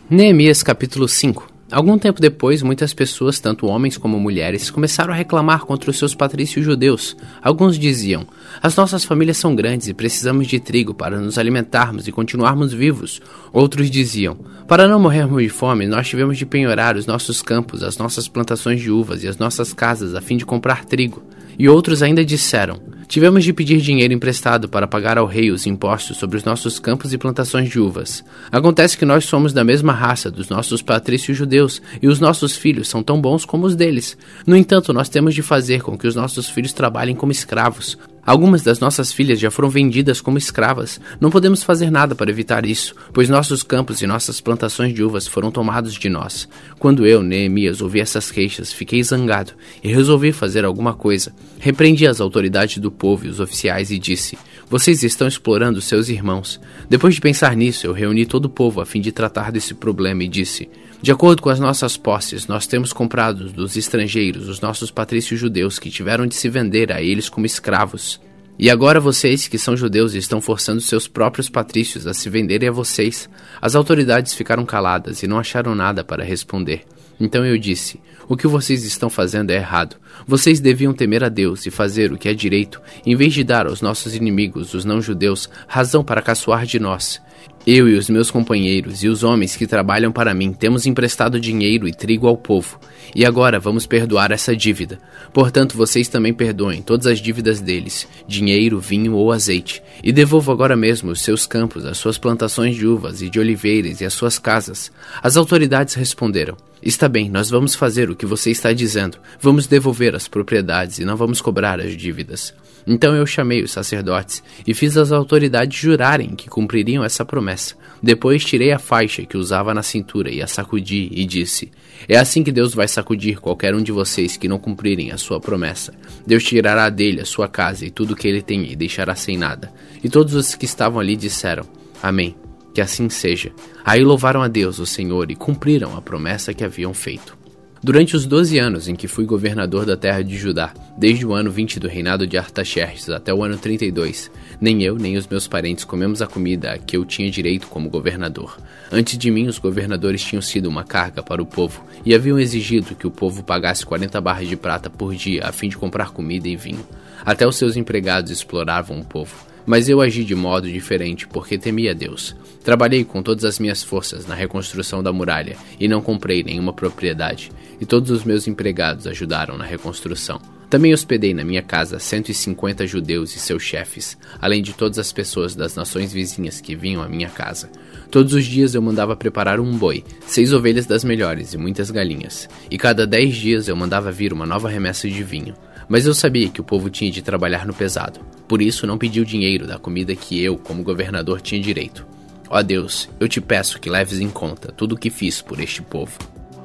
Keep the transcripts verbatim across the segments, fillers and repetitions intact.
Neemias capítulo cinco. Algum tempo depois, muitas pessoas, tanto homens como mulheres, começaram a reclamar contra os seus patrícios judeus. Alguns diziam: as nossas famílias são grandes e precisamos de trigo para nos alimentarmos e continuarmos vivos. Outros diziam: para não morrermos de fome, nós tivemos de penhorar os nossos campos, as nossas plantações de uvas e as nossas casas a fim de comprar trigo. E outros ainda disseram: tivemos de pedir dinheiro emprestado para pagar ao rei os impostos sobre os nossos campos e plantações de uvas. Acontece que nós somos da mesma raça dos nossos patrícios judeus, e os nossos filhos são tão bons como os deles. No entanto, nós temos de fazer com que os nossos filhos trabalhem como escravos. Algumas das nossas filhas já foram vendidas como escravas. Não podemos fazer nada para evitar isso, pois nossos campos e nossas plantações de uvas foram tomados de nós. Quando eu, Neemias, ouvi essas queixas, fiquei zangado e resolvi fazer alguma coisa. Repreendi as autoridades do povo e os oficiais e disse: vocês estão explorando seus irmãos. Depois de pensar nisso, eu reuni todo o povo a fim de tratar desse problema e disse: de acordo com as nossas posses, nós temos comprado dos estrangeiros os nossos patrícios judeus que tiveram de se vender a eles como escravos. E agora vocês, que são judeus, estão forçando seus próprios patrícios a se venderem a vocês. As autoridades ficaram caladas e não acharam nada para responder. Então eu disse: o que vocês estão fazendo é errado. Vocês deviam temer a Deus e fazer o que é direito, em vez de dar aos nossos inimigos, os não-judeus, razão para caçoar de nós. Eu e os meus companheiros e os homens que trabalham para mim temos emprestado dinheiro e trigo ao povo, e agora vamos perdoar essa dívida. Portanto, vocês também perdoem todas as dívidas deles, dinheiro, vinho ou azeite, e devolvam agora mesmo os seus campos, as suas plantações de uvas e de oliveiras e as suas casas. As autoridades responderam: está bem, nós vamos fazer o que você está dizendo, vamos devolver as propriedades e não vamos cobrar as dívidas. Então eu chamei os sacerdotes e fiz as autoridades jurarem que cumpririam essa promessa. Depois tirei a faixa que usava na cintura e a sacudi e disse: é assim que Deus vai sacudir qualquer um de vocês que não cumprirem a sua promessa. Deus tirará dele a sua casa e tudo o que ele tem e deixará sem nada. E todos os que estavam ali disseram: amém, que assim seja. Aí louvaram a Deus, o Senhor, e cumpriram a promessa que haviam feito. Durante os doze anos em que fui governador da terra de Judá, desde o ano vinte do reinado de Artaxerxes até o ano trinta e dois, nem eu nem os meus parentes comemos a comida a que eu tinha direito como governador. Antes de mim, os governadores tinham sido uma carga para o povo e haviam exigido que o povo pagasse quarenta barras de prata por dia a fim de comprar comida e vinho. Até os seus empregados exploravam o povo. Mas eu agi de modo diferente porque temia a Deus. Trabalhei com todas as minhas forças na reconstrução da muralha e não comprei nenhuma propriedade, e todos os meus empregados ajudaram na reconstrução. Também hospedei na minha casa cento e cinquenta judeus e seus chefes, além de todas as pessoas das nações vizinhas que vinham à minha casa. Todos os dias eu mandava preparar um boi, seis ovelhas das melhores e muitas galinhas, e cada dez dias eu mandava vir uma nova remessa de vinho. Mas eu sabia que o povo tinha de trabalhar no pesado. Por isso não pedi o dinheiro da comida que eu, como governador, tinha direito. Ó Deus, eu te peço que leves em conta tudo o que fiz por este povo.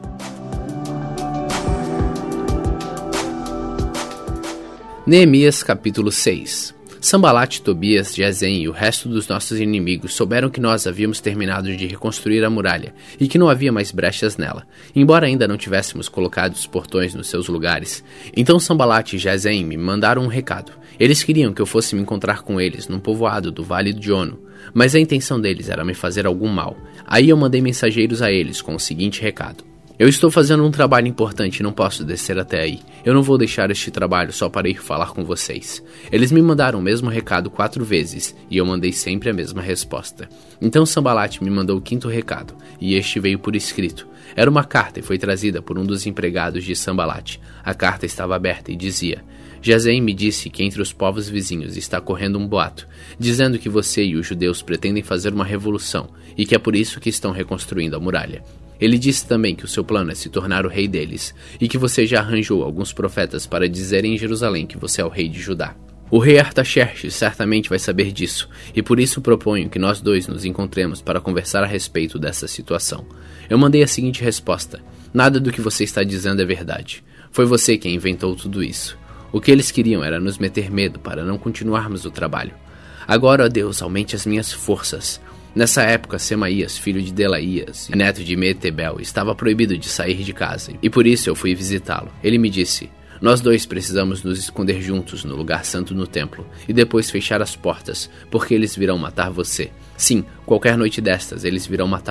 Neemias capítulo seis. Sanbalat, Tobias, Gesem e o resto dos nossos inimigos souberam que nós havíamos terminado de reconstruir a muralha e que não havia mais brechas nela, embora ainda não tivéssemos colocado os portões nos seus lugares. Então Sanbalat e Gesem me mandaram um recado. Eles queriam que eu fosse me encontrar com eles num povoado do Vale de Ono, mas a intenção deles era me fazer algum mal. Aí eu mandei mensageiros a eles com o seguinte recado: eu estou fazendo um trabalho importante e não posso descer até aí. Eu não vou deixar este trabalho só para ir falar com vocês. Eles me mandaram o mesmo recado quatro vezes e eu mandei sempre a mesma resposta. Então Sanbalat me mandou o quinto recado e este veio por escrito. Era uma carta e foi trazida por um dos empregados de Sanbalat. A carta estava aberta e dizia: Gesem me disse que entre os povos vizinhos está correndo um boato, dizendo que você e os judeus pretendem fazer uma revolução e que é por isso que estão reconstruindo a muralha. Ele disse também que o seu plano é se tornar o rei deles, e que você já arranjou alguns profetas para dizerem em Jerusalém que você é o rei de Judá. O rei Artaxerxes certamente vai saber disso, e por isso proponho que nós dois nos encontremos para conversar a respeito dessa situação. Eu mandei a seguinte resposta: nada do que você está dizendo é verdade. Foi você quem inventou tudo isso. O que eles queriam era nos meter medo para não continuarmos o trabalho. Agora, ó Deus, aumente as minhas forças. Nessa época, Semaías, filho de Delaías, neto de Metebel, estava proibido de sair de casa, e por isso eu fui visitá-lo. Ele me disse: nós dois precisamos nos esconder juntos no lugar santo no templo, e depois fechar as portas, porque eles virão matar você. Sim, qualquer noite destas eles virão matá-lo.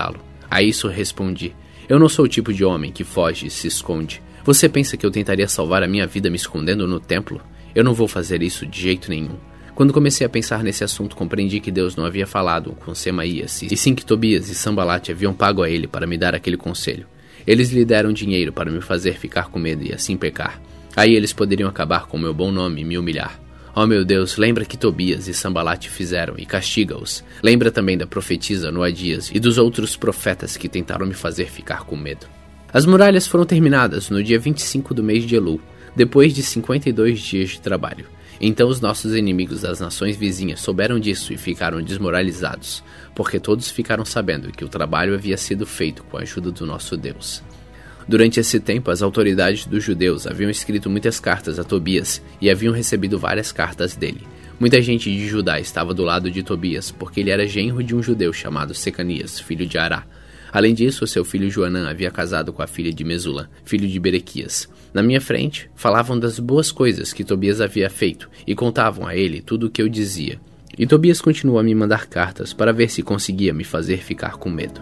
A isso respondi: eu não sou o tipo de homem que foge e se esconde. Você pensa que eu tentaria salvar a minha vida me escondendo no templo? Eu não vou fazer isso de jeito nenhum. Quando comecei a pensar nesse assunto, compreendi que Deus não havia falado com Semaías, e sim que Tobias e Sambalate haviam pago a ele para me dar aquele conselho. Eles lhe deram dinheiro para me fazer ficar com medo e assim pecar. Aí eles poderiam acabar com o meu bom nome e me humilhar. Oh meu Deus, lembra que Tobias e Sambalate fizeram e castiga-os. Lembra também da profetisa Noadias e dos outros profetas que tentaram me fazer ficar com medo. As muralhas foram terminadas no dia vinte e cinco do mês de Elul, depois de cinquenta e dois dias de trabalho. Então os nossos inimigos das nações vizinhas souberam disso e ficaram desmoralizados, porque todos ficaram sabendo que o trabalho havia sido feito com a ajuda do nosso Deus. Durante esse tempo, as autoridades dos judeus haviam escrito muitas cartas a Tobias e haviam recebido várias cartas dele. Muita gente de Judá estava do lado de Tobias, porque ele era genro de um judeu chamado Secanias, filho de Ará. Além disso, seu filho Joanã havia casado com a filha de Mesula, filho de Berequias. Na minha frente, falavam das boas coisas que Tobias havia feito e contavam a ele tudo o que eu dizia. E Tobias continuou a me mandar cartas para ver se conseguia me fazer ficar com medo.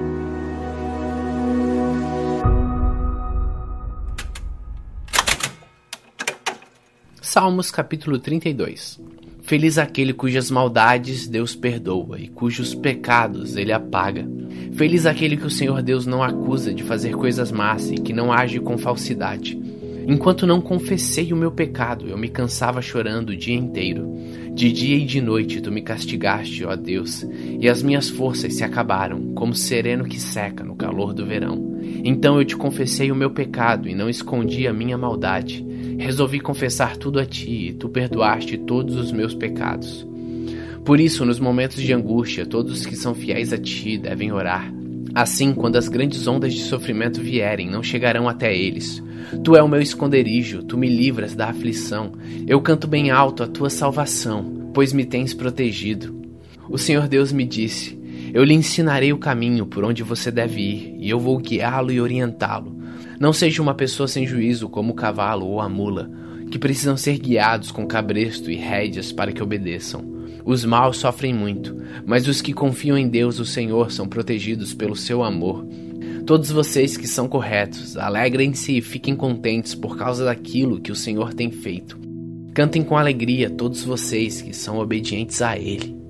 Salmos capítulo trinta e dois. Feliz aquele cujas maldades Deus perdoa e cujos pecados Ele apaga. Feliz aquele que o Senhor Deus não acusa de fazer coisas más e que não age com falsidade. Enquanto não confessei o meu pecado, eu me cansava chorando o dia inteiro. De dia e de noite tu me castigaste, ó Deus, e as minhas forças se acabaram, como sereno que seca no calor do verão. Então eu te confessei o meu pecado e não escondi a minha maldade. Resolvi confessar tudo a ti e tu perdoaste todos os meus pecados. Por isso, nos momentos de angústia, todos que são fiéis a ti devem orar. Assim, quando as grandes ondas de sofrimento vierem, não chegarão até eles. Tu é o meu esconderijo, tu me livras da aflição. Eu canto bem alto a tua salvação, pois me tens protegido. O Senhor Deus me disse: eu lhe ensinarei o caminho por onde você deve ir, e eu vou guiá-lo e orientá-lo. Não seja uma pessoa sem juízo como o cavalo ou a mula, que precisam ser guiados com cabresto e rédeas para que obedeçam. Os maus sofrem muito, mas os que confiam em Deus, o Senhor, são protegidos pelo seu amor. Todos vocês que são corretos, alegrem-se e fiquem contentes por causa daquilo que o Senhor tem feito. Cantem com alegria todos vocês que são obedientes a Ele.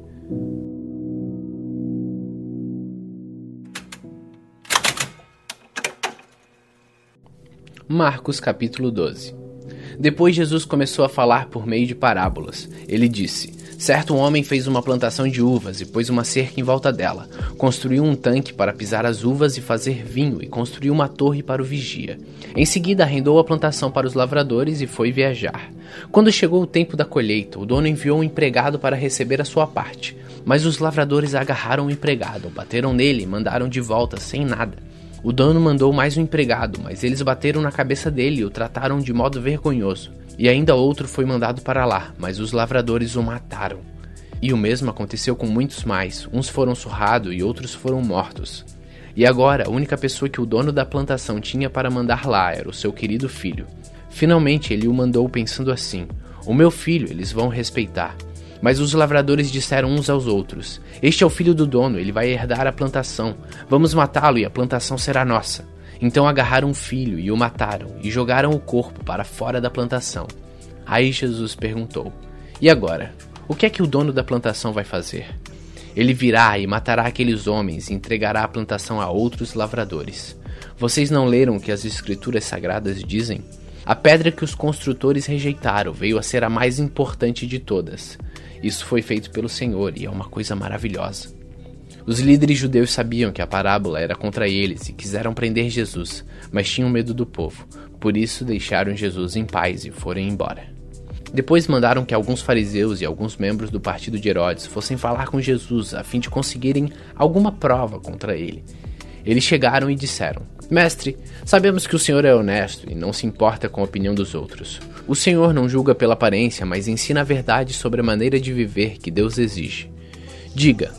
Marcos capítulo doze. Depois Jesus começou a falar por meio de parábolas. Ele disse: certo homem fez uma plantação de uvas e pôs uma cerca em volta dela. Construiu um tanque para pisar as uvas e fazer vinho e construiu uma torre para o vigia. Em seguida arrendou a plantação para os lavradores e foi viajar. Quando chegou o tempo da colheita, o dono enviou um empregado para receber a sua parte. Mas os lavradores agarraram o empregado, bateram nele e mandaram de volta sem nada. O dono mandou mais um empregado, mas eles bateram na cabeça dele e o trataram de modo vergonhoso. E ainda outro foi mandado para lá, mas os lavradores o mataram. E o mesmo aconteceu com muitos mais. Uns foram surrados e outros foram mortos. E agora, a única pessoa que o dono da plantação tinha para mandar lá era o seu querido filho. Finalmente ele o mandou pensando assim: o meu filho eles vão respeitar. Mas os lavradores disseram uns aos outros: este é o filho do dono, ele vai herdar a plantação. Vamos matá-lo e a plantação será nossa. Então agarraram o filho e o mataram, e jogaram o corpo para fora da plantação. Aí Jesus perguntou: e agora? O que é que o dono da plantação vai fazer? Ele virá e matará aqueles homens e entregará a plantação a outros lavradores. Vocês não leram o que as escrituras sagradas dizem? A pedra que os construtores rejeitaram veio a ser a mais importante de todas. Isso foi feito pelo Senhor e é uma coisa maravilhosa. Os líderes judeus sabiam que a parábola era contra eles e quiseram prender Jesus, mas tinham medo do povo. Por isso deixaram Jesus em paz e foram embora. Depois mandaram que alguns fariseus e alguns membros do partido de Herodes fossem falar com Jesus a fim de conseguirem alguma prova contra ele. Eles chegaram e disseram: Mestre, sabemos que o Senhor é honesto e não se importa com a opinião dos outros. O Senhor não julga pela aparência, mas ensina a verdade sobre a maneira de viver que Deus exige. Diga,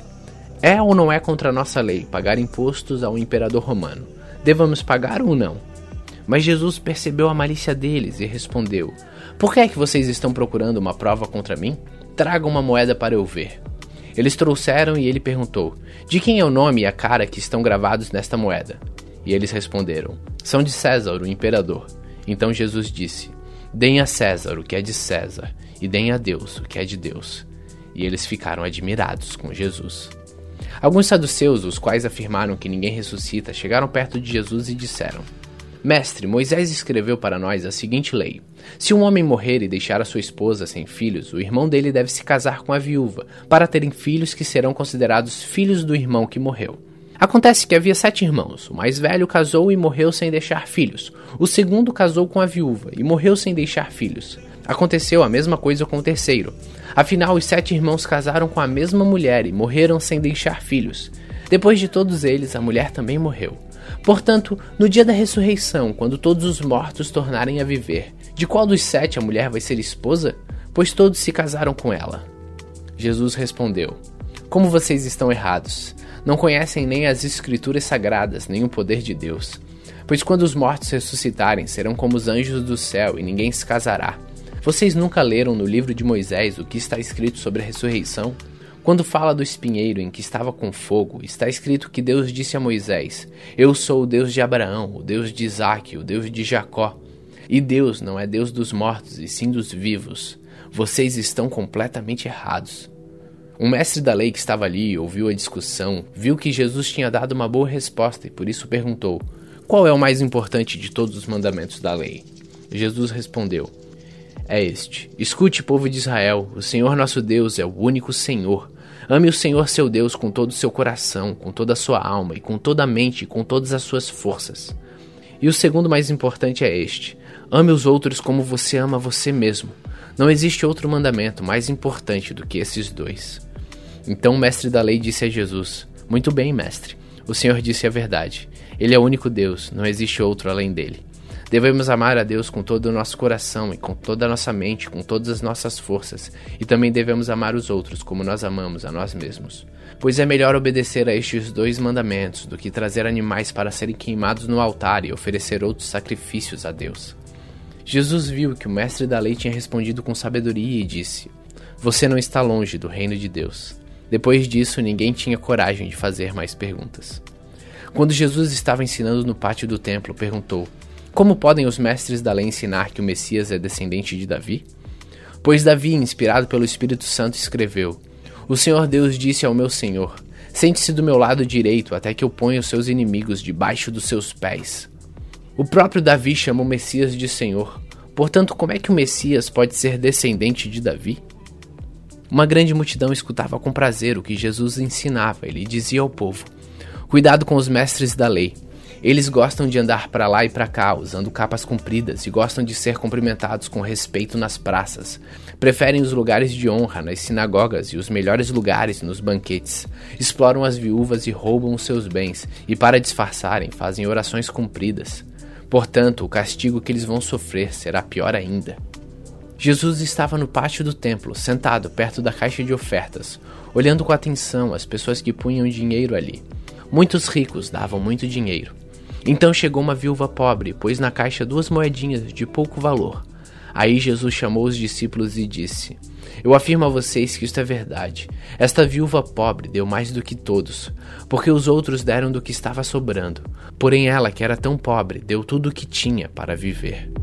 é ou não é contra a nossa lei pagar impostos ao imperador romano? Devamos pagar ou não? Mas Jesus percebeu a malícia deles e respondeu: Por que é que vocês estão procurando uma prova contra mim? Tragam uma moeda para eu ver. Eles trouxeram e ele perguntou: de quem é o nome e a cara que estão gravados nesta moeda? E eles responderam: são de César, o imperador. Então Jesus disse: deem a César o que é de César, e deem a Deus o que é de Deus. E eles ficaram admirados com Jesus. Alguns saduceus, os quais afirmaram que ninguém ressuscita, chegaram perto de Jesus e disseram: Mestre, Moisés escreveu para nós a seguinte lei: se um homem morrer e deixar a sua esposa sem filhos, o irmão dele deve se casar com a viúva, para terem filhos que serão considerados filhos do irmão que morreu. Acontece que havia sete irmãos. O mais velho casou e morreu sem deixar filhos. O segundo casou com a viúva e morreu sem deixar filhos. Aconteceu a mesma coisa com o terceiro. Afinal, os sete irmãos casaram com a mesma mulher e morreram sem deixar filhos. Depois de todos eles, a mulher também morreu. Portanto, no dia da ressurreição, quando todos os mortos tornarem a viver, de qual dos sete a mulher vai ser esposa? Pois todos se casaram com ela. Jesus respondeu: como vocês estão errados. Não conhecem nem as escrituras sagradas, nem o poder de Deus. Pois quando os mortos ressuscitarem, serão como os anjos do céu, e ninguém se casará. Vocês nunca leram no livro de Moisés o que está escrito sobre a ressurreição? Quando fala do espinheiro em que estava com fogo, está escrito que Deus disse a Moisés: eu sou o Deus de Abraão, o Deus de Isaque, o Deus de Jacó. E Deus não é Deus dos mortos, e sim dos vivos. Vocês estão completamente errados. Um mestre da lei que estava ali ouviu a discussão, viu que Jesus tinha dado uma boa resposta e por isso perguntou: qual é o mais importante de todos os mandamentos da lei? Jesus respondeu: é este: escute, povo de Israel, o Senhor nosso Deus é o único Senhor. Ame o Senhor seu Deus com todo o seu coração, com toda a sua alma e com toda a mente e com todas as suas forças. E o segundo mais importante é este: ame os outros como você ama você mesmo. Não existe outro mandamento mais importante do que esses dois. Então o mestre da lei disse a Jesus: muito bem, mestre, o Senhor disse a verdade. Ele é o único Deus, não existe outro além dele. Devemos amar a Deus com todo o nosso coração e com toda a nossa mente, com todas as nossas forças, e também devemos amar os outros como nós amamos a nós mesmos. Pois é melhor obedecer a estes dois mandamentos do que trazer animais para serem queimados no altar e oferecer outros sacrifícios a Deus. Jesus viu que o mestre da lei tinha respondido com sabedoria e disse: você não está longe do reino de Deus. Depois disso, ninguém tinha coragem de fazer mais perguntas. Quando Jesus estava ensinando no pátio do templo, perguntou: como podem os mestres da lei ensinar que o Messias é descendente de Davi? Pois Davi, inspirado pelo Espírito Santo, escreveu: o Senhor Deus disse ao meu Senhor: sente-se do meu lado direito até que eu ponha os seus inimigos debaixo dos seus pés. O próprio Davi chamou o Messias de Senhor. Portanto, como é que o Messias pode ser descendente de Davi? Uma grande multidão escutava com prazer o que Jesus ensinava. Ele dizia ao povo: cuidado com os mestres da lei. Eles gostam de andar para lá e para cá, usando capas compridas, e gostam de ser cumprimentados com respeito nas praças. Preferem os lugares de honra nas sinagogas e os melhores lugares nos banquetes. Exploram as viúvas e roubam os seus bens, e para disfarçarem, fazem orações compridas. Portanto, o castigo que eles vão sofrer será pior ainda. Jesus estava no pátio do templo, sentado perto da caixa de ofertas, olhando com atenção as pessoas que punham dinheiro ali. Muitos ricos davam muito dinheiro. Então chegou uma viúva pobre e pôs na caixa duas moedinhas de pouco valor. Aí Jesus chamou os discípulos e disse: eu afirmo a vocês que isto é verdade. Esta viúva pobre deu mais do que todos, porque os outros deram do que estava sobrando. Porém ela, que era tão pobre, deu tudo o que tinha para viver.